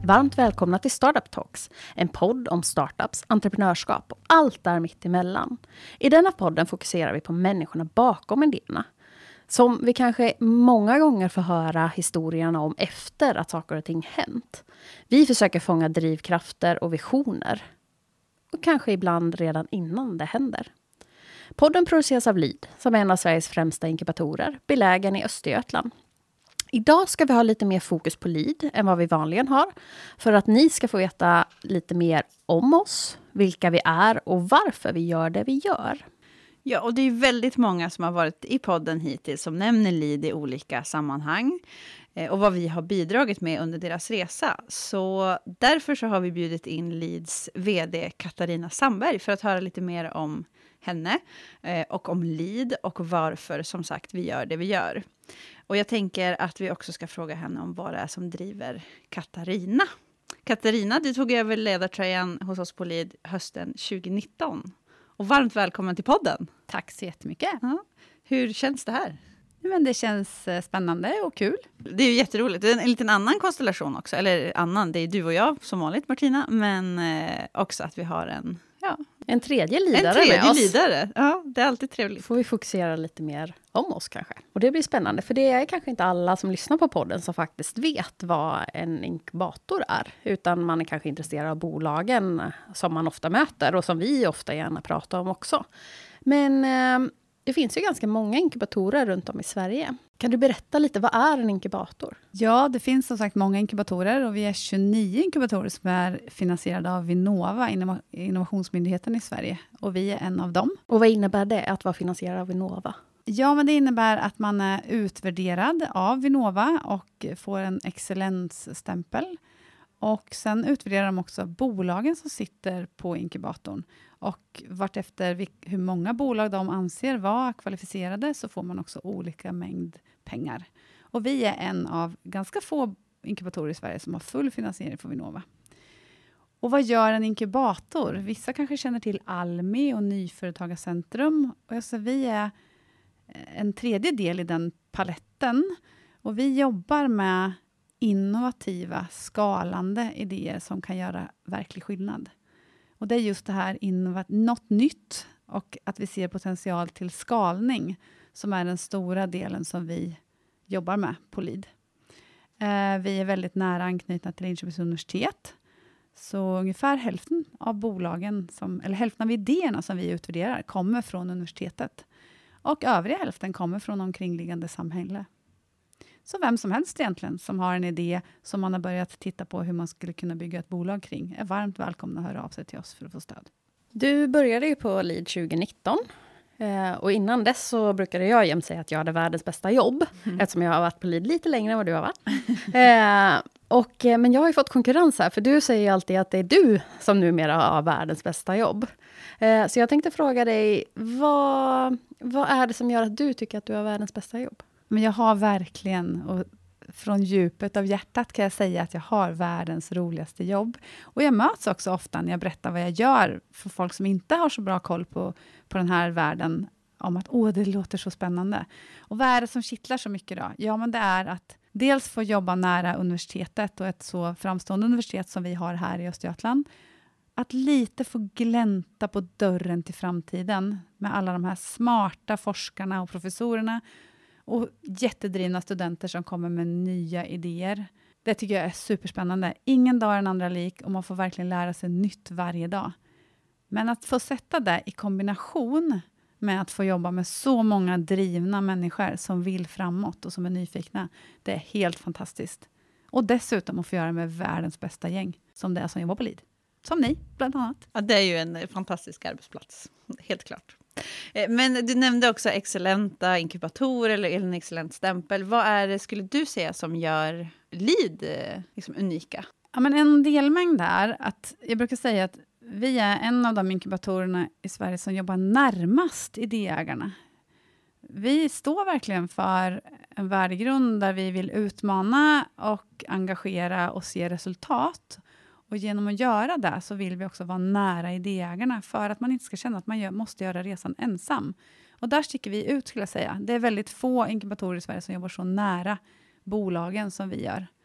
Varmt välkomna till Startup Talks, en podd om startups, entreprenörskap och allt där mitt emellan. I denna podden fokuserar vi på människorna bakom idéerna. Som vi kanske många gånger får höra historierna om efter att saker och ting hänt. Vi försöker fånga drivkrafter och visioner. Och kanske ibland redan innan det händer. Podden produceras av Lead, som är en av Sveriges främsta inkubatorer, belägen i Östergötland. Idag ska vi ha lite mer fokus på Lead än vad vi vanligen har. För att ni ska få veta lite mer om oss, vilka vi är och varför vi gör det vi gör. Ja, och det är väldigt många som har varit i podden hittills som nämner Lead i olika sammanhang. Och vad vi har bidragit med under deras resa. Så därför så har vi bjudit in Leads vd Katarina Sandberg för att höra lite mer om henne och om Lead och varför som sagt vi gör det vi gör. Och jag tänker att vi också ska fråga henne om vad det är som driver Katarina. Katarina, du tog över ledartröjan hos oss på Lead hösten 2019. Och varmt välkommen till podden. Tack så jättemycket. Ja. Hur känns det här? Men det känns spännande och kul. Det är ju jätteroligt. Det är en liten annan konstellation också. Eller annan, det är du och jag som vanligt Martina. Men också att vi har en tredje lidare med oss. Lidare. Ja, det är alltid trevligt. Får vi fokusera lite mer om oss kanske. Och det blir spännande, för det är kanske inte alla som lyssnar på podden som faktiskt vet vad en inkubator är. Utan man är kanske intresserad av bolagen som man ofta möter och som vi ofta gärna pratar om också. Men det finns ju ganska många inkubatorer runt om i Sverige. Kan du berätta lite, vad är en inkubator? Ja, det finns som sagt många inkubatorer och vi är 29 inkubatorer som är finansierade av Vinnova, innovationsmyndigheten i Sverige. Och vi är en av dem. Och vad innebär det att vara finansierad av Vinnova? Ja, men det innebär att man är utvärderad av Vinnova och får en excellensstämpel. Och sen utvärderar de också bolagen som sitter på inkubatorn. Och vartefter hur många bolag de anser vara kvalificerade så får man också olika mängd pengar. Och vi är en av ganska få inkubatorer i Sverige som har full finansiering från Vinnova. Och vad gör en inkubator? Vissa kanske känner till Almi och Nyföretagarcentrum. Och så vi är en tredje del i den paletten. Och vi jobbar med innovativa, skalande idéer som kan göra verklig skillnad. Och det är just det här något nytt och att vi ser potential till skalning som är den stora delen som vi jobbar med på Lead. Vi är väldigt nära anknutna till Linköpings universitet. Så ungefär hälften av bolagen, eller hälften av idéerna som vi utvärderar kommer från universitetet. Och övriga hälften kommer från omkringliggande samhälle. Så vem som helst egentligen som har en idé som man har börjat titta på hur man skulle kunna bygga ett bolag kring är varmt välkomna att höra av sig till oss för att få stöd. Du började ju på Lead 2019 och innan dess så brukade jag jämt säga att jag hade världens bästa jobb eftersom jag har varit på Lead lite längre än vad du har varit. Men jag har ju fått konkurrens här, för du säger ju alltid att det är du som numera har världens bästa jobb. Så jag tänkte fråga dig, vad är det som gör att du tycker att du har världens bästa jobb? Men jag har verkligen, och från djupet av hjärtat kan jag säga att jag har världens roligaste jobb. Och jag möts också ofta när jag berättar vad jag gör för folk som inte har så bra koll på den här världen. Om att det låter så spännande. Och vad är det som kittlar så mycket då? Ja, men det är att dels få jobba nära universitetet och ett så framstående universitet som vi har här i Östergötland. Att lite få glänta på dörren till framtiden med alla de här smarta forskarna och professorerna. Och jättedrivna studenter som kommer med nya idéer. Det tycker jag är superspännande. Ingen dag är den andra lik och man får verkligen lära sig nytt varje dag. Men att få sätta det i kombination med att få jobba med så många drivna människor som vill framåt och som är nyfikna. Det är helt fantastiskt. Och dessutom att få göra med världens bästa gäng som det är som jobbar på Lead. Som ni, bland annat. Ja, det är ju en fantastisk arbetsplats, helt klart. Men du nämnde också excellenta inkubatorer eller en excellent stämpel. Vad är det, skulle du säga, som gör Lead liksom unika? Ja, men en delmängd är att jag brukar säga att vi är en av de inkubatorerna i Sverige som jobbar närmast idéägarna. Vi står verkligen för en värdegrund där vi vill utmana och engagera och se resultat. Och genom att göra det så vill vi också vara nära idéägarna för att man inte ska känna att man måste göra resan ensam. Och där sticker vi ut, skulle jag säga. Det är väldigt få inkubatorer i Sverige som jobbar så nära bolagen som vi gör.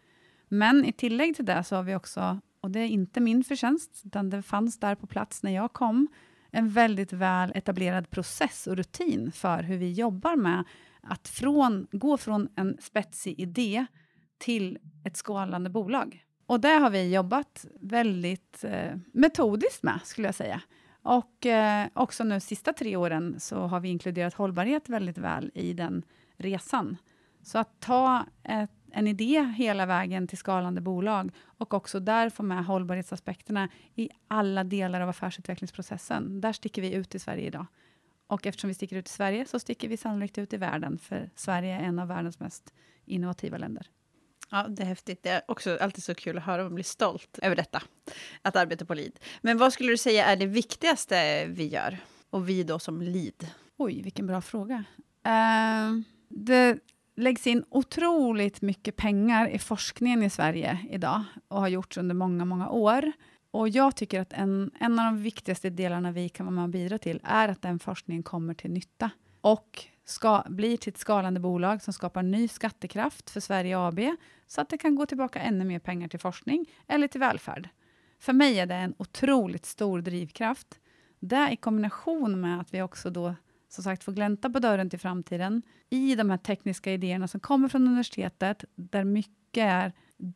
Men i tillägg till det så har vi också, och det är inte min förtjänst, utan det fanns där på plats när jag kom, en väldigt väl etablerad process och rutin för hur vi jobbar med att gå från en spetsig idé till ett skalande bolag. Och det har vi jobbat väldigt metodiskt med, skulle jag säga. Och också nu sista 3 åren så har vi inkluderat hållbarhet väldigt väl i den resan. Så att ta en idé hela vägen till skalande bolag och också där få med hållbarhetsaspekterna i alla delar av affärsutvecklingsprocessen. Där sticker vi ut i Sverige idag. Och eftersom vi sticker ut i Sverige så sticker vi sannolikt ut i världen, för Sverige är en av världens mest innovativa länder. Ja, det är häftigt. Det är också alltid så kul att höra och bli stolt över detta, att arbeta på LEED. Men vad skulle du säga är det viktigaste vi gör? Och vi då som LEED? Oj, vilken bra fråga. Det läggs in otroligt mycket pengar i forskningen i Sverige idag och har gjorts under många, många år. Och jag tycker att en av de viktigaste delarna vi kan vara med och bidra till är att den forskningen kommer till nytta och blir till ett skalande bolag som skapar ny skattekraft för Sverige AB så att det kan gå tillbaka ännu mer pengar till forskning eller till välfärd. För mig är det en otroligt stor drivkraft. Det i kombination med att vi också då som sagt får glänta på dörren till framtiden i de här tekniska idéerna som kommer från universitetet, där mycket är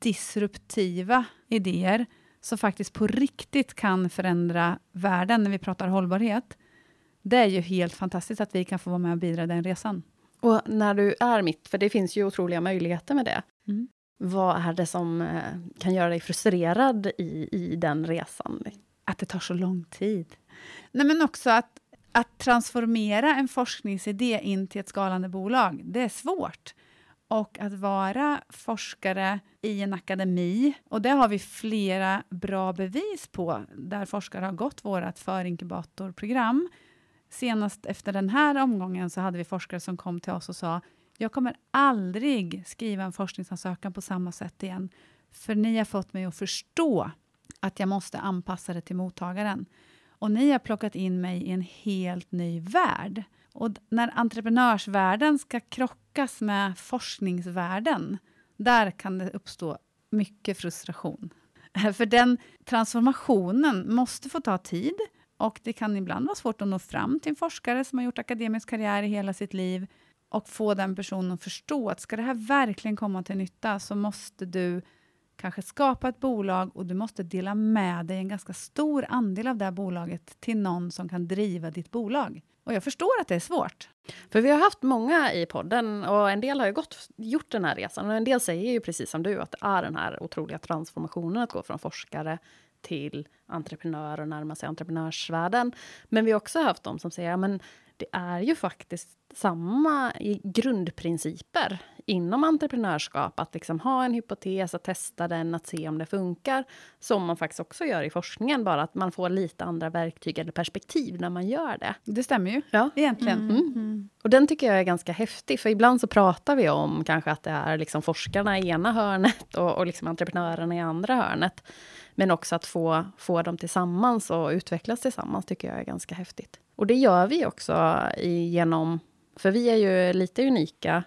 disruptiva idéer som faktiskt på riktigt kan förändra världen när vi pratar hållbarhet. Det är ju helt fantastiskt att vi kan få vara med och bidra den resan. Och när du är mitt, för det finns ju otroliga möjligheter med det. Vad är det som kan göra dig frustrerad i den resan? Att det tar så lång tid. Nej, men också att transformera en forskningsidé in till ett skalande bolag, det är svårt. Och att vara forskare i en akademi, och det har vi flera bra bevis på, där forskare har gått vårt förinkubatorprogram. Senast efter den här omgången så hade vi forskare som kom till oss och sa: jag kommer aldrig skriva en forskningsansökan på samma sätt igen. För ni har fått mig att förstå att jag måste anpassa det till mottagaren. Och ni har plockat in mig i en helt ny värld. Och när entreprenörsvärlden ska krockas med forskningsvärlden, där kan det uppstå mycket frustration. För den transformationen måste få ta tid. Och det kan ibland vara svårt att nå fram till en forskare som har gjort akademisk karriär i hela sitt liv. Och få den personen att förstå att ska det här verkligen komma till nytta, så måste du kanske skapa ett bolag och du måste dela med dig en ganska stor andel av det här bolaget till någon som kan driva ditt bolag. Och jag förstår att det är svårt. För vi har haft många i podden och en del har ju gjort den här resan. Och en del säger ju precis som du att det är den här otroliga transformationen att gå från forskare till entreprenör och närma sig entreprenörsvärlden. Men vi har också haft de som säger men det är ju faktiskt samma grundprinciper inom entreprenörskap. Att liksom ha en hypotes, att testa den, att se om det funkar. Som man faktiskt också gör i forskningen. Bara att man får lite andra verktyg eller perspektiv när man gör det. Det stämmer ju, ja. Egentligen. Och den tycker jag är ganska häftig. För ibland så pratar vi om kanske att det är liksom forskarna i ena hörnet och liksom entreprenörerna i andra hörnet. Men också att få dem tillsammans och utvecklas tillsammans tycker jag är ganska häftigt. Och det gör vi också genom, för vi är ju lite unika,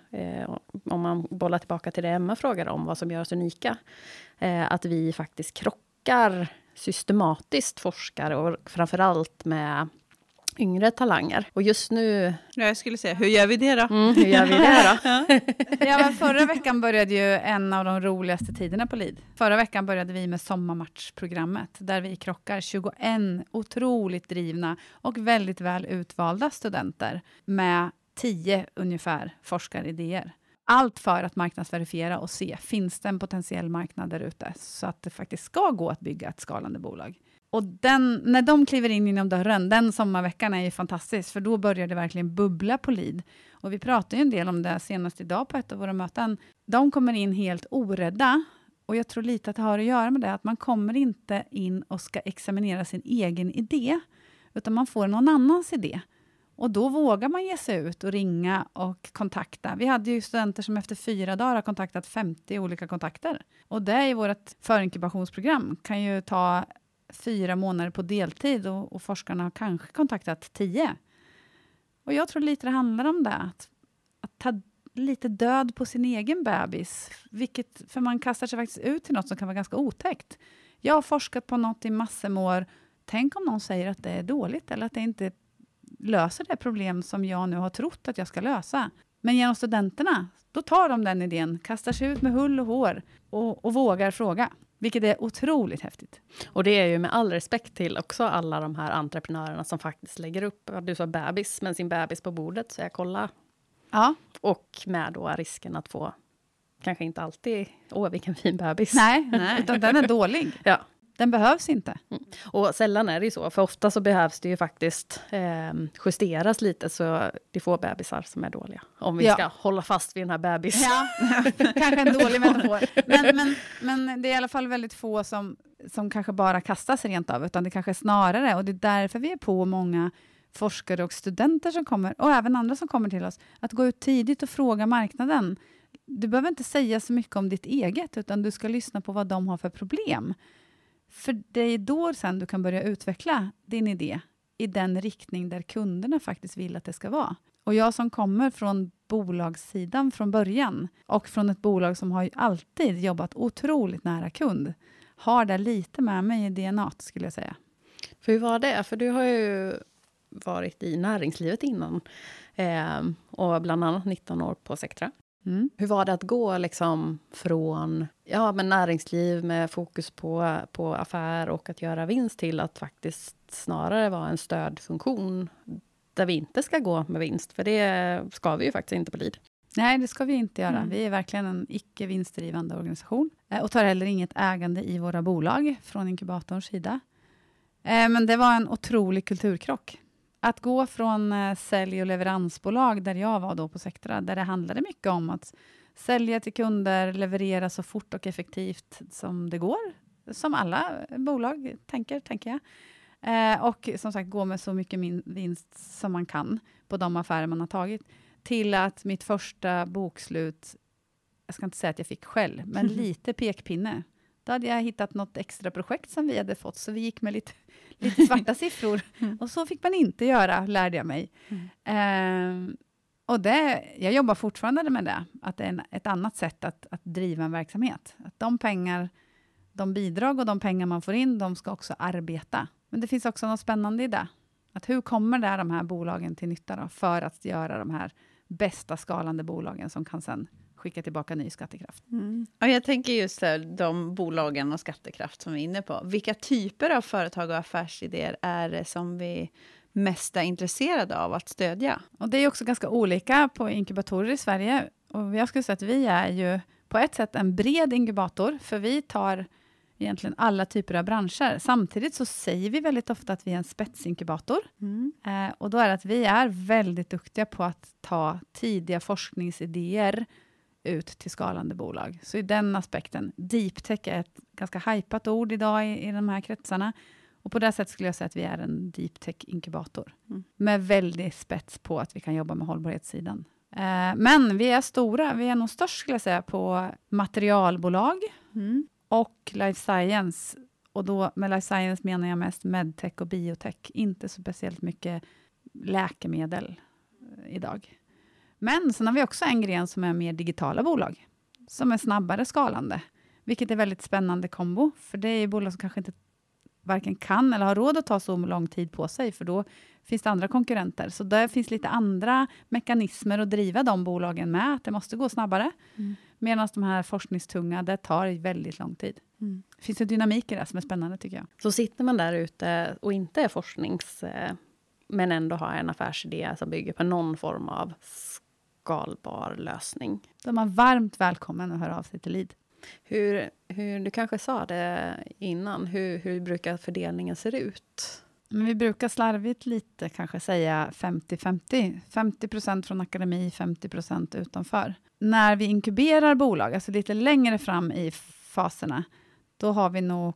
om man bollar tillbaka till det Emma frågade om, vad som gör oss unika. Att vi faktiskt krockar systematiskt forskare och framförallt med yngre talanger. Och just nu... Ja, jag skulle säga, hur gör vi det då? Hur gör vi det då? Ja, men förra veckan började ju en av de roligaste tiderna på LEED. Förra veckan började vi med sommarmatchprogrammet, där vi krockar 21 otroligt drivna och väldigt väl utvalda studenter med 10 ungefär forskaridéer. Allt för att marknadsverifiera och se, finns det en potentiell marknad där ute så att det faktiskt ska gå att bygga ett skalande bolag. Och när de kliver in genom dörren, den sommarveckan är ju fantastisk, för då börjar det verkligen bubbla på LEED. Och vi pratade ju en del om det senast idag på ett av våra möten. De kommer in helt orädda, och jag tror lite att det har att göra med det, att man kommer inte in och ska examinera sin egen idé, utan man får någon annans idé. Och då vågar man ge sig ut och ringa och kontakta. Vi hade ju studenter som efter 4 dagar har kontaktat 50 olika kontakter. Och det i vårt förinkubationsprogram kan ju ta 4 månader på deltid och forskarna har kanske kontaktat 10. Och jag tror lite det handlar om det. Att lite död på sin egen bebis. För man kastar sig faktiskt ut till något som kan vara ganska otäckt. Jag har forskat på något i massor med år. Tänk om någon säger att det är dåligt eller att det inte löser det problem som jag nu har trott att jag ska lösa. Men genom studenterna, då tar de den idén, kastar sig ut med hull och hår och vågar fråga. Vilket är otroligt häftigt. Och det är ju med all respekt till också alla de här entreprenörerna som faktiskt lägger upp, du sa bebis, men sin bebis på bordet, så jag kollar. Ja. Och med då risken att få, kanske inte alltid, vilken fin bebis. Nej, utan den är dålig. Ja. Den behövs inte. Mm. Och sällan är det ju så, för ofta så behövs det ju faktiskt justeras lite så det får bebisar som är dåliga. Om vi ska hålla fast vid den här bebis. Ja, kanske en dålig metafor. Men det är i alla fall väldigt få som kanske bara kastas rent av, utan det kanske snarare, och det är därför vi är på många forskare och studenter som kommer, och även andra som kommer till oss, att gå ut tidigt och fråga marknaden. Du behöver inte säga så mycket om ditt eget, utan du ska lyssna på vad de har för problem. För det är då sen du kan börja utveckla din idé i den riktning där kunderna faktiskt vill att det ska vara. Och jag som kommer från bolagssidan från början och från ett bolag som har alltid jobbat otroligt nära kund, har det lite med mig i DNA, skulle jag säga. För hur var det? För du har ju varit i näringslivet innan och bland annat 19 år på Sectra. Mm. Hur var det att gå liksom från näringsliv med fokus på affär och att göra vinst till att faktiskt snarare vara en stödfunktion där vi inte ska gå med vinst? För det ska vi ju faktiskt inte på LID. Nej, det ska vi inte göra. Vi är verkligen en icke-vinstdrivande organisation och tar heller inget ägande i våra bolag från inkubatorns sida. Men det var en otrolig kulturkrock. Att gå från sälj- och leveransbolag där jag var då på Sectra, där det handlade mycket om att sälja till kunder, leverera så fort och effektivt som det går. Som alla bolag tänker jag. Och som sagt gå med så mycket vinst som man kan på de affärer man har tagit. Till att mitt första bokslut, jag ska inte säga att jag fick själv, men lite pekpinne. Då hade jag hittat något extra projekt som vi hade fått, så vi gick med lite svarta siffror. Och så fick man inte göra, lärde jag mig. Och jag jobbar fortfarande med det. Att det är ett annat sätt att driva en verksamhet. Att de bidrag och de pengar man får in, de ska också arbeta. Men det finns också något spännande i det. Att hur kommer de här bolagen till nytta då, för att göra de här bästa skalande bolagen som kan sen skicka tillbaka ny skattekraft. Och jag tänker just där, de bolagen och skattekraft som vi är inne på. Vilka typer av företag och affärsidéer är det som vi mest är intresserade av att stödja? Och det är också ganska olika på inkubatorer i Sverige. Och jag skulle säga att vi är ju på ett sätt en bred inkubator, för vi tar egentligen alla typer av branscher. Samtidigt så säger vi väldigt ofta att vi är en spetsinkubator. Och då är det att vi är väldigt duktiga på att ta tidiga forskningsidéer ut till skalande bolag. Så i den aspekten, deep tech är ett ganska hypat ord idag i de här kretsarna. Och på det sättet skulle jag säga att vi är en deep tech inkubator. Med väldigt spets på att vi kan jobba med hållbarhetssidan. Men vi är stora, vi är nog störst skulle jag säga på materialbolag och life science. Och då med life science menar jag mest medtech och biotech. Inte så speciellt mycket läkemedel idag. Men sen har vi också en gren som är mer digitala bolag. Som är snabbare skalande. Vilket är väldigt spännande kombo. För det är bolag som kanske inte varken kan eller har råd att ta så lång tid på sig. För då finns det andra konkurrenter. Så där finns lite andra mekanismer att driva de bolagen med. Att det måste gå snabbare. Medan de här forskningstunga, det tar väldigt lång tid. Det finns en dynamik i det som är spännande tycker jag. Så sitter man där ute och inte är men ändå har en affärsidé som bygger på någon form av skalbar lösning. Då är man varmt välkommen att höra av sig till LID. Hur du kanske sa det innan, hur brukar fördelningen se ut? Men vi brukar slarvigt lite kanske säga 50-50. 50% från akademi, 50% utanför. När vi inkuberar bolag, alltså lite längre fram i faserna, då har vi nog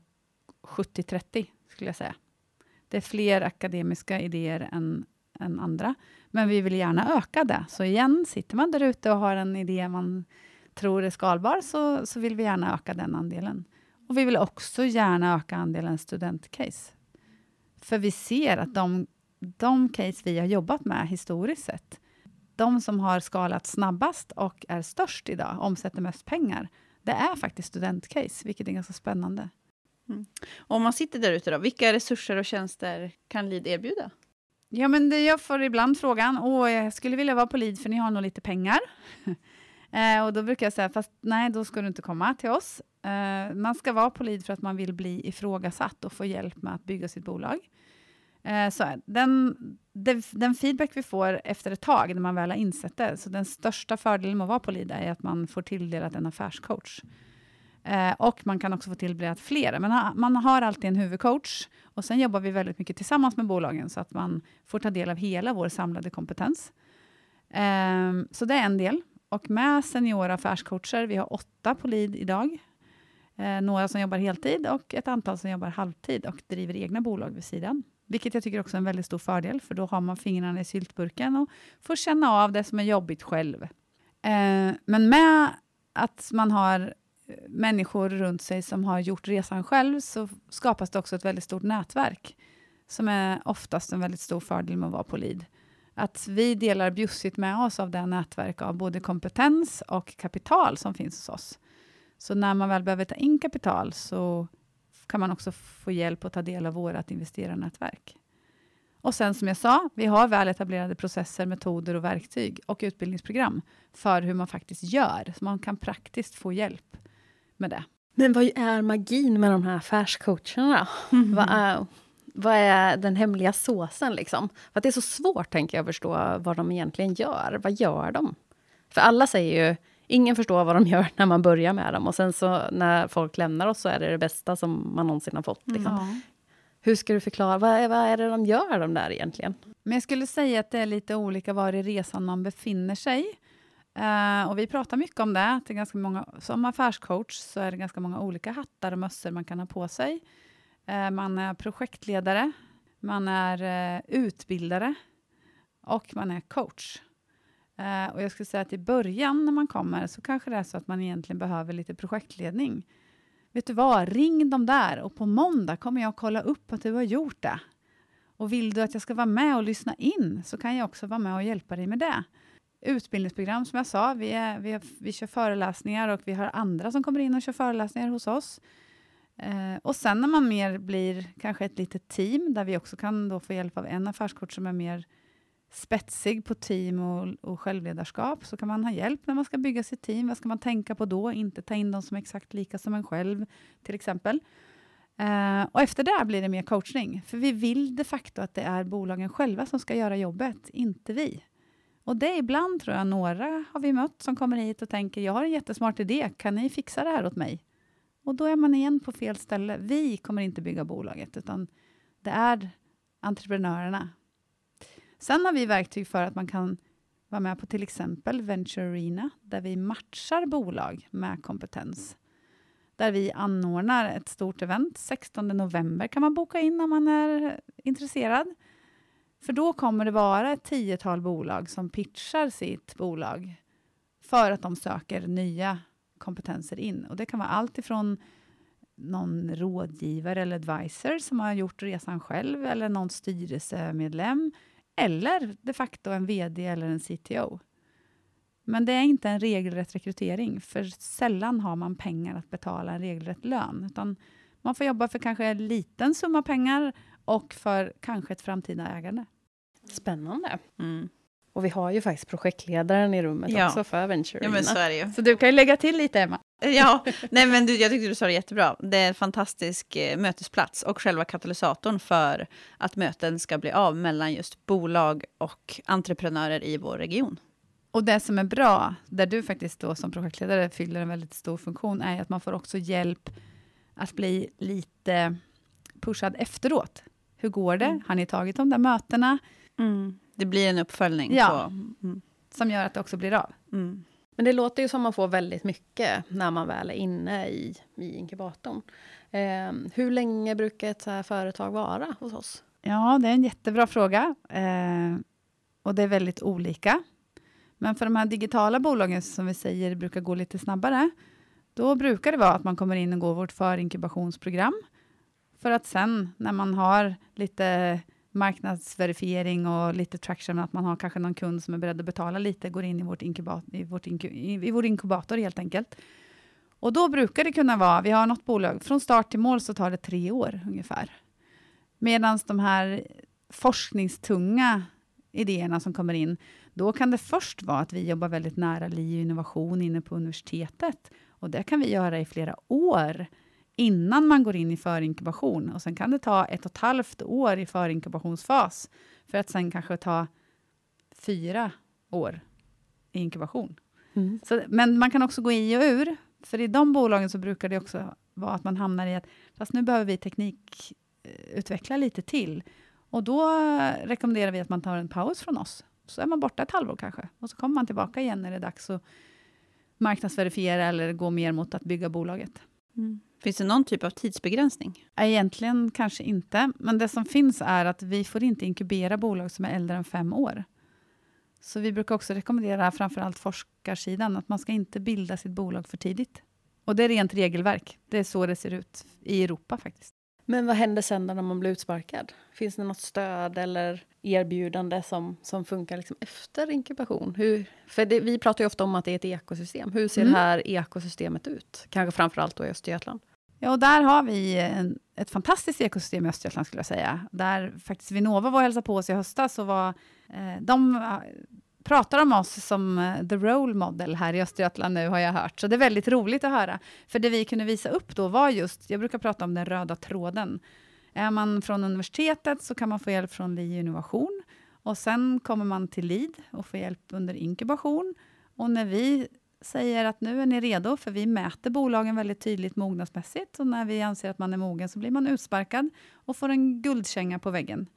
70-30 skulle jag säga. Det är fler akademiska idéer än andra. Men vi vill gärna öka det. Så igen, sitter man där ute och har en idé man tror är skalbar så vill vi gärna öka den andelen. Och vi vill också gärna öka andelen studentcase. För vi ser att de case vi har jobbat med historiskt sett, de som har skalat snabbast och är störst idag, omsätter mest pengar, det är faktiskt studentcase, vilket är ganska spännande. Om man sitter där ute då, vilka resurser och tjänster kan Lead erbjuda? Ja, men jag får ibland frågan, jag skulle vilja vara på Lead för ni har nog lite pengar. Och då brukar jag säga, fast nej, då ska du inte komma till oss. Man ska vara på Lead för att man vill bli ifrågasatt och få hjälp med att bygga sitt bolag. Så den feedback vi får efter ett tag när man väl har insett det, så den största fördelen med att vara på Lead är att man får tilldelat en affärscoach. Och man kan också få tilldelat flera. Men man har alltid en huvudcoach. Och sen jobbar vi väldigt mycket tillsammans med bolagen så att man får ta del av hela vår samlade kompetens. Så det är en del. Och med seniora affärscoacher, vi har 8 på Lead idag. Några som jobbar heltid och ett antal som jobbar halvtid och driver egna bolag vid sidan. Vilket jag tycker också är en väldigt stor fördel, för då har man fingrarna i syltburken och får känna av det som är jobbigt själv. Men med att man har människor runt sig som har gjort resan själv, så skapas det också ett väldigt stort nätverk som är oftast en väldigt stor fördel med att vara på Lead. Att vi delar bjussigt med oss av det nätverk av både kompetens och kapital som finns hos oss. Så när man väl behöver ta in kapital så kan man också få hjälp att ta del av vårt investerarnätverk. Och sen som jag sa, vi har väl etablerade processer, metoder och verktyg och utbildningsprogram för hur man faktiskt gör. Så man kan praktiskt få hjälp med det. Men vad är magin med de här affärscoacherna? Vad är den hemliga såsen liksom? För att det är så svårt, tänker jag, att förstå vad de egentligen gör. Vad gör de? För alla säger ju, ingen förstår vad de gör när man börjar med dem. Och sen så när folk lämnar oss så är det bästa som man någonsin har fått. Liksom. Hur ska du förklara, vad är det de gör de där egentligen? Men jag skulle säga att det är lite olika var i resan man befinner sig. Och vi pratar mycket om det. Att det är ganska många, som affärscoach så är det ganska många olika hattar och mössor man kan ha på sig. Man är projektledare, man är utbildare och man är coach. Och jag skulle säga att i början när man kommer så kanske det är så att man egentligen behöver lite projektledning. Vet du vad, ring dem där och på måndag kommer jag kolla upp att du har gjort det. Och vill du att jag ska vara med och lyssna in så kan jag också vara med och hjälpa dig med det. Utbildningsprogram som jag sa, vi kör föreläsningar och vi har andra som kommer in och kör föreläsningar hos oss. Och sen när man mer blir kanske ett litet team där vi också kan då få hjälp av en affärscoach som är mer spetsig på team och självledarskap, så kan man ha hjälp när man ska bygga sitt team. Vad ska man tänka på då? Inte ta in dem som exakt lika som en själv till exempel. Och efter det blir det mer coachning. För vi vill de facto att det är bolagen själva som ska göra jobbet, inte vi. Och det är ibland tror jag några har vi mött som kommer hit och tänker, jag har en jättesmart idé, kan ni fixa det här åt mig? Och då är man igen på fel ställe. Vi kommer inte bygga bolaget utan det är entreprenörerna. Sen har vi verktyg för att man kan vara med på till exempel Venture Arena där vi matchar bolag med kompetens. Där vi anordnar ett stort event. 16 november kan man boka in när man är intresserad. För då kommer det vara ett 10-tal bolag som pitchar sitt bolag för att de söker nya kompetenser in. Och det kan vara allt ifrån någon rådgivare eller advisor som har gjort resan själv eller någon styrelsemedlem eller de facto en vd eller en CTO. Men det är inte en regelrätt rekrytering, för sällan har man pengar att betala en regelrätt lön. Utan man får jobba för kanske en liten summa pengar och för kanske ett framtida ägande. Spännande. Och vi har ju faktiskt projektledaren i rummet också för Venture. Ja, men så är det ju. Så du kan ju lägga till lite, Emma. Ja, nej men jag tyckte du sa det jättebra. Det är en fantastisk mötesplats och själva katalysatorn för att möten ska bli av mellan just bolag och entreprenörer i vår region. Och det som är bra, där du faktiskt då som projektledare fyller en väldigt stor funktion, är att man får också hjälp att bli lite pushad efteråt. Hur går det? Har ni tagit de där mötena? Det blir en uppföljning. Ja, som gör att det också blir av. Men det låter ju som man får väldigt mycket när man väl är inne i inkubatorn. Hur länge brukar ett så här företag vara hos oss? Ja, det är en jättebra fråga. Och det är väldigt olika. Men för de här digitala bolagen som vi säger brukar gå lite snabbare. Då brukar det vara att man kommer in och går vårt förinkubationsprogram. För att sen när man har lite marknadsverifiering och lite traction, att man har kanske någon kund som är beredd att betala lite, går in i vår inkubator helt enkelt. Och då brukar det kunna vara, vi har något bolag, från start till mål så tar det 3 år ungefär. Medan de här forskningstunga idéerna som kommer in, då kan det först vara att vi jobbar väldigt nära LIU Innovation inne på universitetet. Och det kan vi göra i flera år innan man går in i förinkubation. Och sen kan det ta 1,5 år i förinkubationsfas för att sen kanske ta 4 år i inkubation. Så, men man kan också gå i och ur. För i de bolagen så brukar det också vara att man hamnar i att fast nu behöver vi teknikutveckla lite till. Och då rekommenderar vi att man tar en paus från oss. Så är man borta 1 halvår kanske. Och så kommer man tillbaka igen när det är dags att marknadsverifiera eller gå mer mot att bygga bolaget. Finns det någon typ av tidsbegränsning? Egentligen kanske inte. Men det som finns är att vi får inte inkubera bolag som är äldre än 5 år. Så vi brukar också rekommendera framförallt forskarsidan att man ska inte bilda sitt bolag för tidigt. Och det är rent regelverk. Det är så det ser ut i Europa faktiskt. Men vad händer sen när man blir utsparkad? Finns det något stöd eller erbjudande som funkar liksom efter inkubation? Vi pratar ju ofta om att det är ett ekosystem. Hur ser det här ekosystemet ut? Kanske framförallt då i Östergötland. Ja, och där har vi ett fantastiskt ekosystem i Östergötland skulle jag säga. Där faktiskt Vinnova var och hälsade på oss i höstas och de pratar om oss som the role model här i Östergötland nu har jag hört. Så det är väldigt roligt att höra. För det vi kunde visa upp då var just, jag brukar prata om den röda tråden. Är man från universitetet så kan man få hjälp från LIU Innovation. Och sen kommer man till LID och får hjälp under inkubation. Och när vi säger att nu är ni redo, för vi mäter bolagen väldigt tydligt mognadsmässigt. Och när vi anser att man är mogen så blir man utsparkad och får en guldkänga på väggen.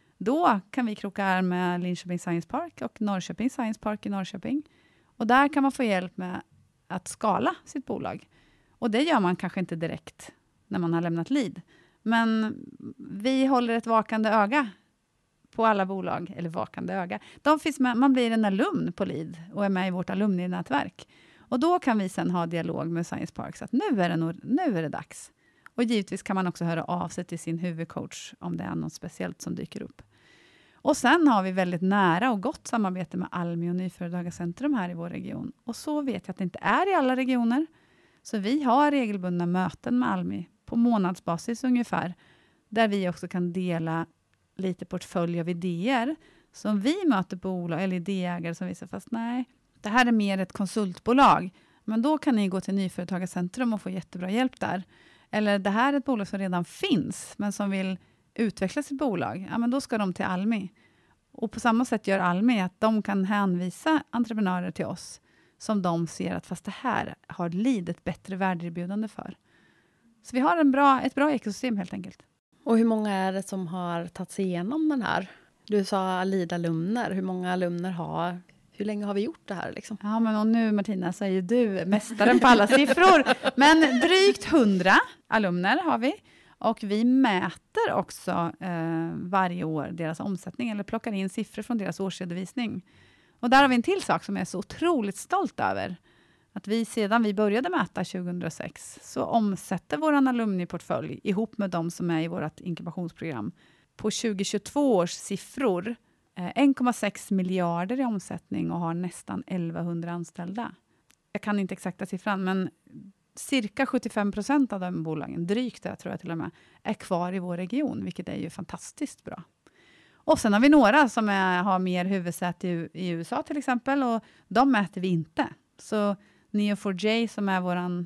Då kan vi kroka arm med Linköping Science Park och Norrköping Science Park i Norrköping. Och där kan man få hjälp med att skala sitt bolag. Och det gör man kanske inte direkt när man har lämnat LID. Men vi håller ett vakande öga på alla bolag. Eller vakande öga. De finns med, man blir en alumn på LID och är med i vårt alumninätverk. Och då kan vi sen ha dialog med Science Park. Så att nu är det dags. Och givetvis kan man också höra av sig till sin huvudcoach om det är något speciellt som dyker upp. Och sen har vi väldigt nära och gott samarbete med Almi och Nyföretagarcentrum här i vår region. Och så vet jag att det inte är i alla regioner. Så vi har regelbundna möten med Almi på månadsbasis ungefär. Där vi också kan dela lite portfölj av idéer som vi möter bolag eller idéägare som visar fast nej, det här är mer ett konsultbolag. Men då kan ni gå till Nyföretagarcentrum och få jättebra hjälp där. Eller det här är ett bolag som redan finns men som vill utveckla sitt bolag. Ja, men då ska de till Almi. Och på samma sätt gör Almi att de kan hänvisa entreprenörer till oss som de ser att fast det här har LID ett bättre värdeerbjudande för. Så vi har ett bra ekosystem helt enkelt. Och hur många är det som har tagit sig igenom den här? Du sa LID-alumner. Hur många alumner hur länge har vi gjort det här? Liksom? Ja, men och nu Martina så är ju du mästaren på alla siffror. Men drygt 100 alumner har vi. Och vi mäter också varje år deras omsättning. Eller plockar in siffror från deras årsredovisning. Och där har vi en till sak som jag är så otroligt stolt över. Att vi sedan vi började mäta 2006 så omsätter vår alumniportfölj ihop med de som är i vårt inkubationsprogram på 2022 års siffror 1,6 miljarder i omsättning och har nästan 1100 anställda. Jag kan inte exakta siffran men cirka 75% av de bolagen, drygt det tror jag till och med, är kvar i vår region vilket är ju fantastiskt bra. Och sen har vi några som har mer huvudsäte i USA till exempel och de mäter vi inte. Så Neo4j som är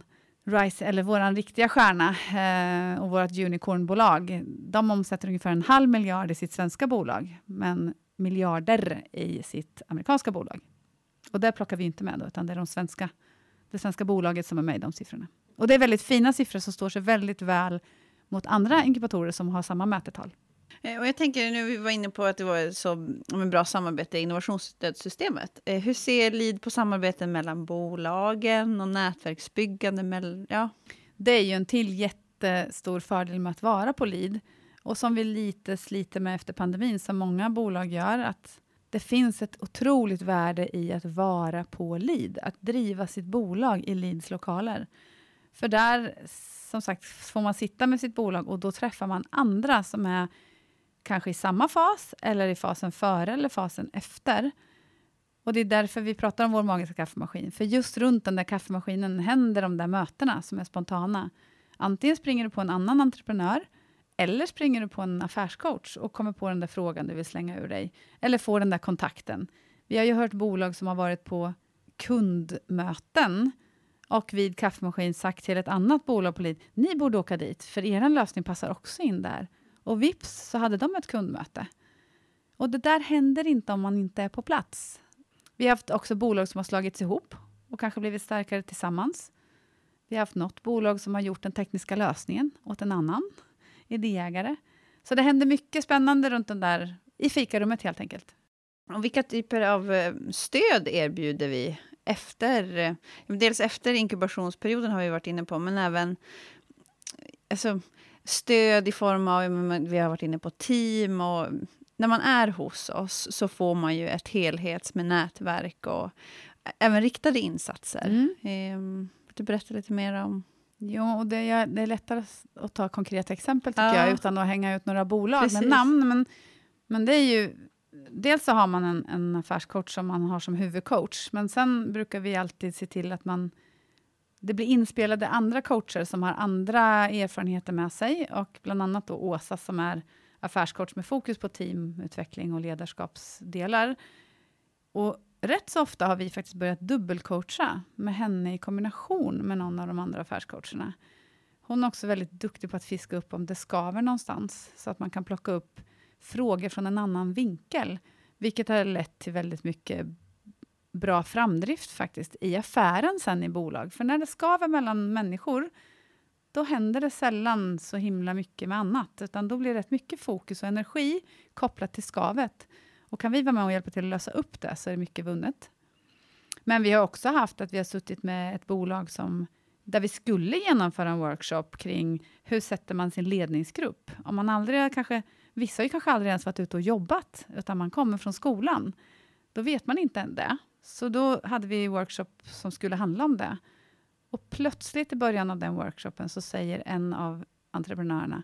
våran riktiga stjärna och vårt unicornbolag, de omsätter ungefär 0,5 miljard i sitt svenska bolag, men miljarder i sitt amerikanska bolag. Och där plockar vi inte med då, utan det är det svenska bolaget som är med i de siffrorna. Och det är väldigt fina siffror som står sig väldigt väl mot andra inkubatorer som har samma mätetal. Och jag tänker, nu vi var inne på att det var så en bra samarbete i innovationsstödsystemet. Hur ser LID på samarbeten mellan bolagen och nätverksbyggande? Ja. Det är ju en till jättestor fördel med att vara på LID. Och som vi lite sliter med efter pandemin, som många bolag gör, att det finns ett otroligt värde i att vara på LID. Att driva sitt bolag i LIDs lokaler. För där, som sagt, får man sitta med sitt bolag och då träffar man andra som är kanske i samma fas eller i fasen före eller fasen efter. Och det är därför vi pratar om vår magiska kaffemaskin. För just runt den där kaffemaskinen händer de där mötena som är spontana. Antingen springer du på en annan entreprenör eller springer du på en affärscoach och kommer på den där frågan du vill slänga ur dig. Eller får den där kontakten. Vi har ju hört bolag som har varit på kundmöten och vid kaffemaskin sagt till ett annat bolag på Lead, ni borde åka dit för er lösning passar också in där. Och vips så hade de ett kundmöte. Och det där händer inte om man inte är på plats. Vi har haft också bolag som har slagits ihop och kanske blivit starkare tillsammans. Vi har haft något bolag som har gjort den tekniska lösningen åt en annan idéägare. Så det händer mycket spännande runt den där i fikarummet helt enkelt. Och vilka typer av stöd erbjuder vi efter? Dels efter inkubationsperioden har vi varit inne på, men även alltså, stöd i form av, vi har varit inne på team, och när man är hos oss så får man ju ett helhets med nätverk och även riktade insatser. Vill du berätta lite mer om? Jo, och det är lättare att ta konkreta exempel tycker jag, utan att hänga ut några bolag med namn. Men det är ju, dels så har man en affärscoach som man har som huvudcoach, men sen brukar vi alltid se till att det blir inspelade andra coacher som har andra erfarenheter med sig, och bland annat då Åsa som är affärscoach med fokus på teamutveckling och ledarskapsdelar. Och rätt så ofta har vi faktiskt börjat dubbelcoacha med henne i kombination med någon av de andra affärscoacherna. Hon är också väldigt duktig på att fiska upp om det skaver någonstans, så att man kan plocka upp frågor från en annan vinkel, vilket har lett till väldigt mycket bra framdrift faktiskt i affären sen i bolag. För när det skaver mellan människor, då händer det sällan så himla mycket med annat, utan då blir det rätt mycket fokus och energi kopplat till skavet. Och kan vi vara med och hjälpa till att lösa upp det, så är det mycket vunnet. Men vi har också haft att vi har suttit med ett bolag där vi skulle genomföra en workshop kring hur sätter man sin ledningsgrupp. Om man aldrig vissa har ju kanske aldrig ens varit ute och jobbat, utan man kommer från skolan. Då vet man inte än det. Så då hade vi workshop som skulle handla om det. Och plötsligt i början av den workshopen så säger en av entreprenörerna,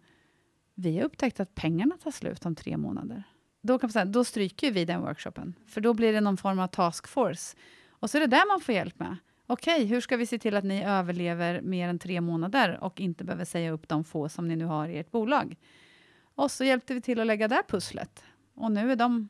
vi har upptäckt att pengarna tar slut om 3 månader. Då kan man säga, då stryker vi den workshopen. För då blir det någon form av task force. Och så är det där man får hjälp med. Okej, hur ska vi se till att ni överlever mer än 3 månader och inte behöver säga upp de få som ni nu har i ert bolag? Och så hjälpte vi till att lägga det pusslet. Och nu är de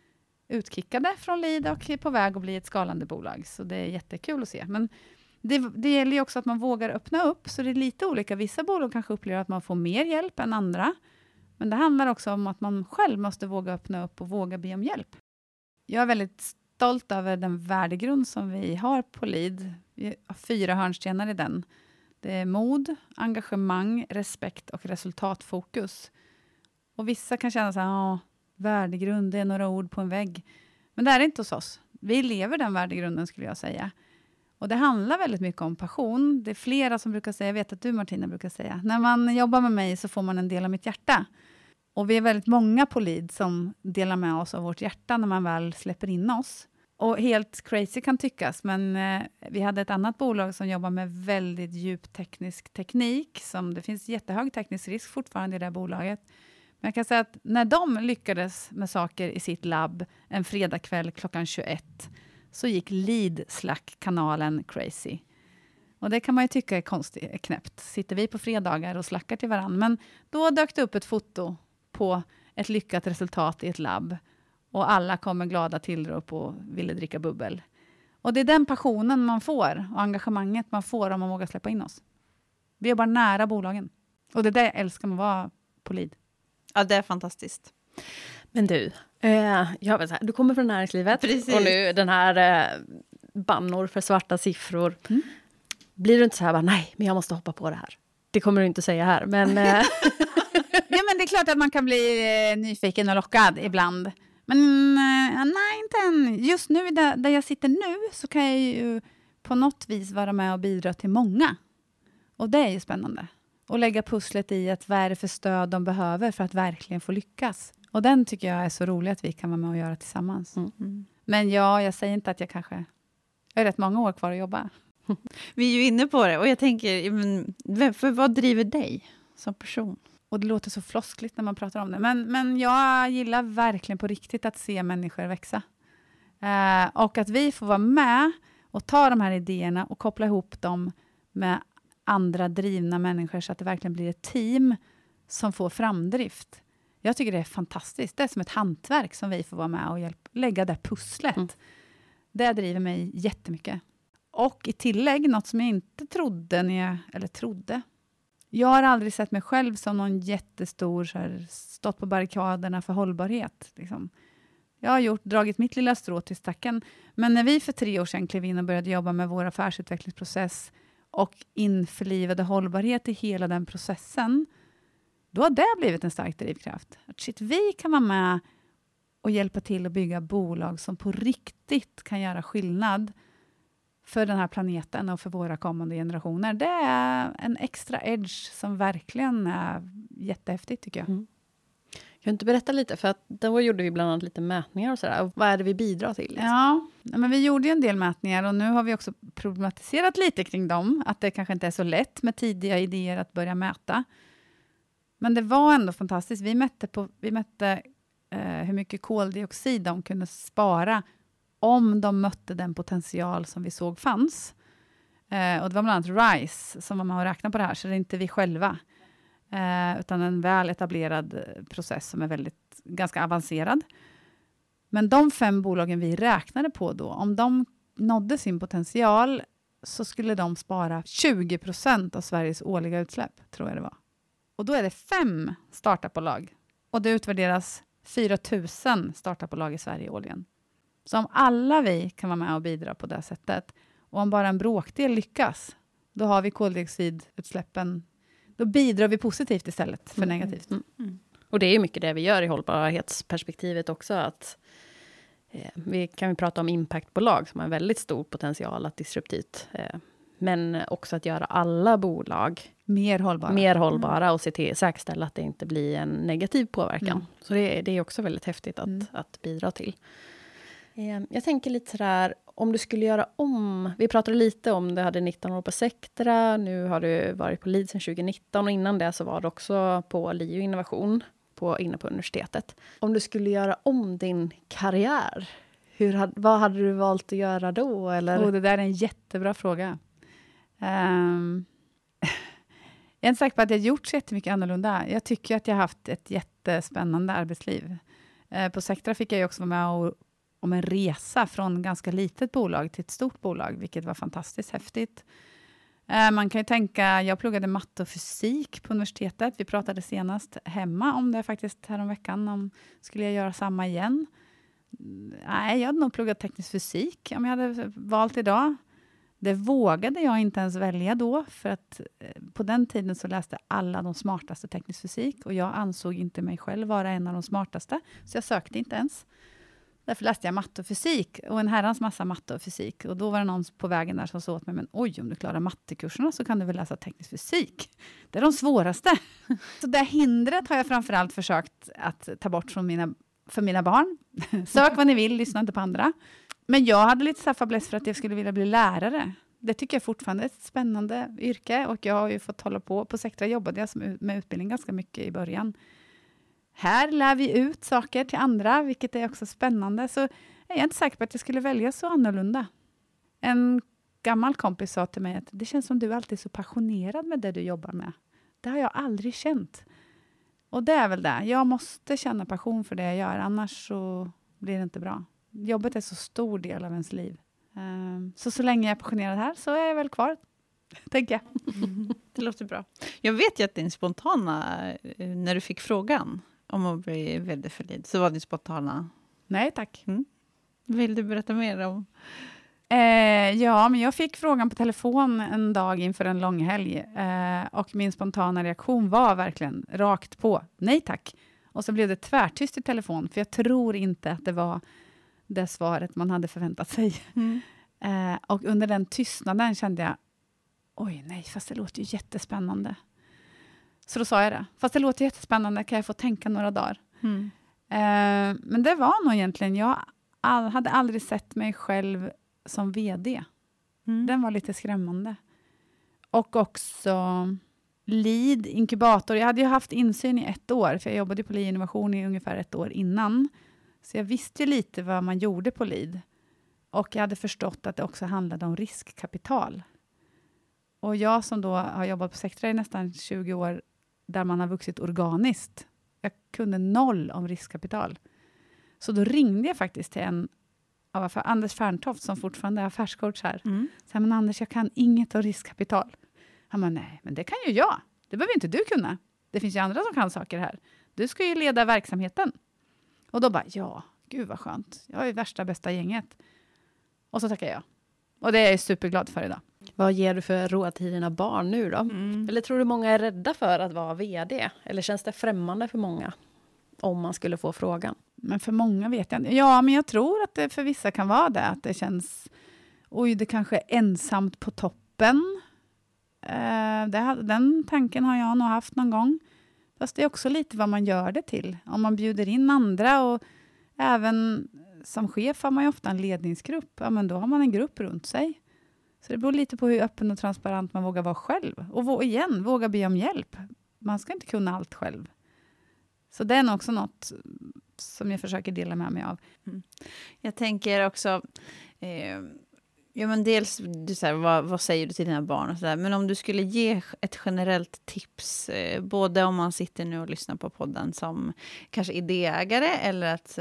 utkickade från Lead och är på väg att bli ett skalande bolag. Så det är jättekul att se. Men det gäller ju också att man vågar öppna upp. Så det är lite olika. Vissa bolag kanske upplever att man får mer hjälp än andra. Men det handlar också om att man själv måste våga öppna upp och våga be om hjälp. Jag är väldigt stolt över den värdegrund som vi har på Lead. Vi har 4 hörnstenar i den. Det är mod, engagemang, respekt och resultatfokus. Och vissa kan känna så här, värdegrund, det är några ord på en vägg. Men det är inte hos oss. Vi lever den värdegrunden skulle jag säga. Och det handlar väldigt mycket om passion. Det är flera som brukar säga, jag vet att du Martina brukar säga, när man jobbar med mig så får man en del av mitt hjärta. Och vi är väldigt många på Lead som delar med oss av vårt hjärta när man väl släpper in oss. Och helt crazy kan tyckas, men vi hade ett annat bolag som jobbar med väldigt djup teknisk teknik. Det finns jättehög teknisk risk fortfarande i det här bolaget. Men jag kan säga att när de lyckades med saker i sitt labb en fredagkväll klockan 21 så gick Lead-Slack-kanalen crazy. Och det kan man ju tycka är knäppt. Sitter vi på fredagar och slackar till varandra. Men då dök det upp ett foto på ett lyckat resultat i ett labb. Och alla kom med glada tillrop och ville dricka bubbel. Och det är den passionen man får och engagemanget man får om man vågar släppa in oss. Vi är bara nära bolagen. Och det är det jag älskar med att vara på Lead. Ja, det är fantastiskt. Men du, jag vet så här, du kommer från näringslivet. Precis. Och nu den här bannor för svarta siffror. Blir du inte så här, bara, nej, men jag måste hoppa på det här. Det kommer du inte säga här, men... Ja, men det är klart att man kan bli nyfiken och lockad ibland. Men nej, inte än. Just nu, där jag sitter nu, så kan jag ju på något vis vara med och bidra till många. Och det är ju spännande. Och lägga pusslet i att vad är det för stöd de behöver för att verkligen få lyckas. Och den tycker jag är så rolig att vi kan vara med och göra tillsammans. Men ja, jag säger inte att jag har rätt många år kvar att jobba. Vi är ju inne på det och jag tänker, för vad driver dig som person? Och det låter så floskligt när man pratar om det. Men jag gillar verkligen på riktigt att se människor växa. Och att vi får vara med och ta de här idéerna och koppla ihop dem med andra drivna människor så att det verkligen blir ett team som får framdrift. Jag tycker det är fantastiskt. Det är som ett hantverk som vi får vara med och lägga det pusslet. Mm. Det driver mig jättemycket. Och i tillägg, något som jag inte trodde Jag har aldrig sett mig själv som någon jättestor, så här, stått på barrikaderna för hållbarhet. Liksom. Jag har dragit mitt lilla strå till stacken. Men när vi för 3 år sedan klev in och började jobba med vår affärsutvecklingsprocess och införlivade hållbarhet i hela den processen, då har det blivit en stark drivkraft. Att shit, vi kan vara med och hjälpa till att bygga bolag som på riktigt kan göra skillnad för den här planeten och för våra kommande generationer. Det är en extra edge som verkligen är jättehäftigt, tycker jag. Mm. Kan du inte berätta lite? För att då gjorde vi bland annat lite mätningar och sådär. Vad är det vi bidrar till? Liksom? Ja, men vi gjorde ju en del mätningar och nu har vi också problematiserat lite kring dem. Att det kanske inte är så lätt med tidiga idéer att börja mäta. Men det var ändå fantastiskt. Vi mätte hur mycket koldioxid de kunde spara om de mötte den potential som vi såg fanns. Och det var bland annat RISE som var med och räknade på det här. Så det är inte vi själva. Utan en väl etablerad process som är ganska avancerad. Men de 5 bolagen vi räknade på då, om de nådde sin potential så skulle de spara 20% av Sveriges årliga utsläpp, tror jag det var. Och då är det 5 startupbolag. Och det utvärderas 4 000 startupbolag i Sverige årligen. Så om alla vi kan vara med och bidra på det sättet, och om bara en bråkdel lyckas, då har vi koldioxidutsläppen. Då bidrar vi positivt istället för negativt. Och det är ju mycket det vi gör i hållbarhetsperspektivet också. Att vi kan prata om impactbolag som har en väldigt stor potential att disruptivt. Men också att göra alla bolag mer hållbara och säkerställa att det inte blir en negativ påverkan. Så det är också väldigt häftigt att bidra till. Jag tänker lite sådär, om du skulle göra om, vi pratade lite om det, hade 19 år på Sectra, nu har du varit på Lead sedan 2019 och innan det så var du också på LiU Innovation inne på universitetet. Om du skulle göra om din karriär, vad hade du valt att göra då? Eller? Det där är en jättebra fråga. Jag är inte säker på att jag gjort så jättemycket annorlunda. Jag tycker att jag har haft ett jättespännande arbetsliv. På Sectra fick jag ju också vara med om en resa från ganska litet bolag till ett stort bolag, vilket var fantastiskt häftigt. Man kan ju tänka, jag pluggade matte och fysik på universitetet. Vi pratade senast hemma om det faktiskt häromveckan. Skulle jag göra samma igen? Nej, jag hade nog pluggat teknisk fysik om jag hade valt idag. Det vågade jag inte ens välja då, för att på den tiden så läste alla de smartaste teknisk fysik och jag ansåg inte mig själv vara en av de smartaste, så jag sökte inte ens. Därför läste jag matte och fysik och en herrans massa matte och fysik, och då var det någon på vägen där som sa åt mig, men oj, om du klarar mattekurserna så kan du väl läsa teknisk fysik. Det är de svåraste. Så det hindret har jag framförallt försökt att ta bort för mina barn. Sök vad ni vill, lyssna inte på andra. Men jag hade lite så här fäbless för att jag skulle vilja bli lärare. Det tycker jag fortfarande är ett spännande yrke. Och jag har ju fått hålla på Sectra jobbade jag med utbildning ganska mycket i början. Här lär vi ut saker till andra, vilket är också spännande. Så jag är inte säker på att jag skulle välja så annorlunda. En gammal kompis sa till mig att det känns som du alltid är så passionerad med det du jobbar med. Det har jag aldrig känt. Och det är väl det. Jag måste känna passion för det jag gör, annars så blir det inte bra. Jobbet är så stor del av ens liv. Så länge jag är passionerad här så är jag väl kvar, tänker jag. Det låter bra. Jag vet ju att din spontana, när du fick frågan om att bli vd för Lead, så var din spontana. Nej, tack. Vill du berätta mer om? Ja, men jag fick frågan på telefon en dag inför en lång helg. Och min spontana reaktion var verkligen rakt på. Nej, tack. Och så blev det tvärtyst i telefon, för jag tror inte att det var det svaret man hade förväntat sig. Och under den tystnaden kände jag, oj nej, fast det låter ju jättespännande. Så då sa jag det. Fast det låter jättespännande, kan jag få tänka några dagar. Men det var nog egentligen, jag hade aldrig sett mig själv som vd. Den var lite skrämmande. Och också Lead, inkubator. Jag hade ju haft insyn i 1 år, för jag jobbade på Lead Innovation i ungefär 1 år innan. Så jag visste ju lite vad man gjorde på Lead. Och jag hade förstått att det också handlade om riskkapital. Och jag som då har jobbat på Sectra i nästan 20 år, där man har vuxit organiskt. Jag kunde 0 om riskkapital. Så då ringde jag faktiskt till en av Anders Ferntoft, som fortfarande är affärscoach här. Så men Anders, jag kan inget om riskkapital. Han bara, nej, men det kan ju jag. Det behöver inte du kunna. Det finns ju andra som kan saker här. Du ska ju leda verksamheten. Och då bara, ja, gud vad skönt. Jag är värsta bästa gänget. Och så tackar jag. Och det är jag superglad för idag. Vad ger du för råd till dina barn nu då? Eller tror du många är rädda för att vara vd? Eller känns det främmande för många? Om man skulle få frågan. Men för många vet jag inte. Ja, men jag tror att det för vissa kan vara det. Att det känns, oj, det kanske är ensamt på toppen. Den tanken har jag nog haft någon gång. Fast det är också lite vad man gör det till. Om man bjuder in andra, och även som chef har man ju ofta en ledningsgrupp. Ja, men då har man en grupp runt sig. Så det beror lite på hur öppen och transparent man vågar vara själv. Och våga be om hjälp. Man ska inte kunna allt själv. Så det är nog också något som jag försöker dela med mig av. Jag tänker också, ja, men dels du säger, vad säger du till dina barn och så där, men om du skulle ge ett generellt tips, både om man sitter nu och lyssnar på podden som kanske idéägare, eller att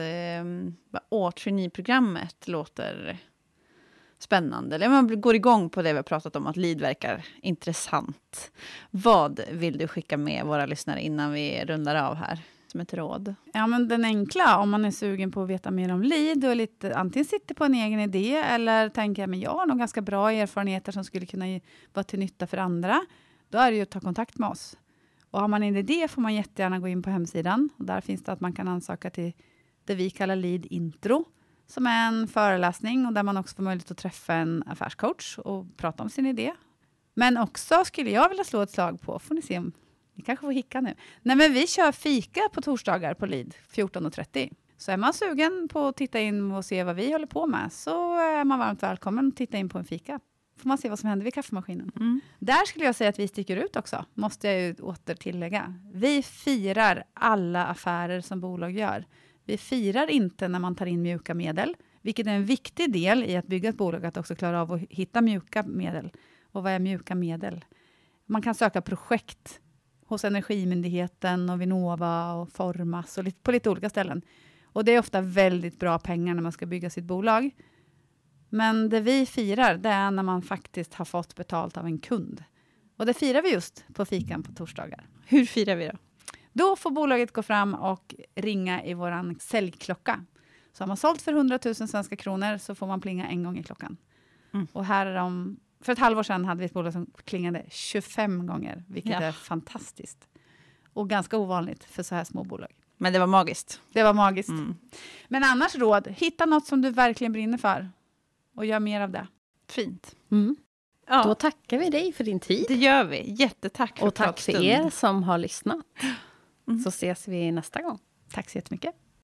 traineeprogrammet låter spännande, eller man går igång på det vi har pratat om, att Lead verkar intressant. Vad vill du skicka med våra lyssnare innan vi rundar av här som ett råd? Ja, men den enkla, om man är sugen på att veta mer om Lead och lite, antingen sitter på en egen idé eller tänker men jag har nog ganska bra erfarenheter som skulle kunna vara till nytta för andra, då är det ju att ta kontakt med oss. Och har man en idé får man jättegärna gå in på hemsidan, och där finns det att man kan ansöka till det vi kallar Lead Intro, som är en föreläsning och där man också får möjlighet att träffa en affärscoach och prata om sin idé. Men också skulle jag vilja slå ett slag på, får ni se om ni kanske får hicka nu. Nej, men vi kör fika på torsdagar på Lead 14.30. Så är man sugen på att titta in och se vad vi håller på med, så är man varmt välkommen att titta in på en fika. Får man se vad som händer vid kaffemaskinen. Där skulle jag säga att vi sticker ut också, måste jag ju åter tillägga. Vi firar alla affärer som bolag gör. Vi firar inte när man tar in mjuka medel, vilket är en viktig del i att bygga ett bolag, att också klara av att hitta mjuka medel. Och vad är mjuka medel? Man kan söka projekt hos Energimyndigheten och Vinnova och Formas och på lite olika ställen. Och det är ofta väldigt bra pengar när man ska bygga sitt bolag. Men det vi firar, det är när man faktiskt har fått betalt av en kund. Och det firar vi just på fikan på torsdagar. Hur firar vi då? Då får bolaget gå fram och ringa i våran säljklocka. Så har man sålt för 100 000 svenska kronor så får man plinga en gång i klockan. Och här är för ett halvår sedan hade vi ett bolag som klingade 25 gånger. Vilket är fantastiskt. Och ganska ovanligt för så här små bolag. Men det var magiskt. Det var magiskt. Men annars råd, hitta något som du verkligen brinner för. Och gör mer av det. Fint. Ja. Då tackar vi dig för din tid. Det gör vi. Jättetack för och tack för er som har lyssnat. Så ses vi nästa gång. Tack så jättemycket.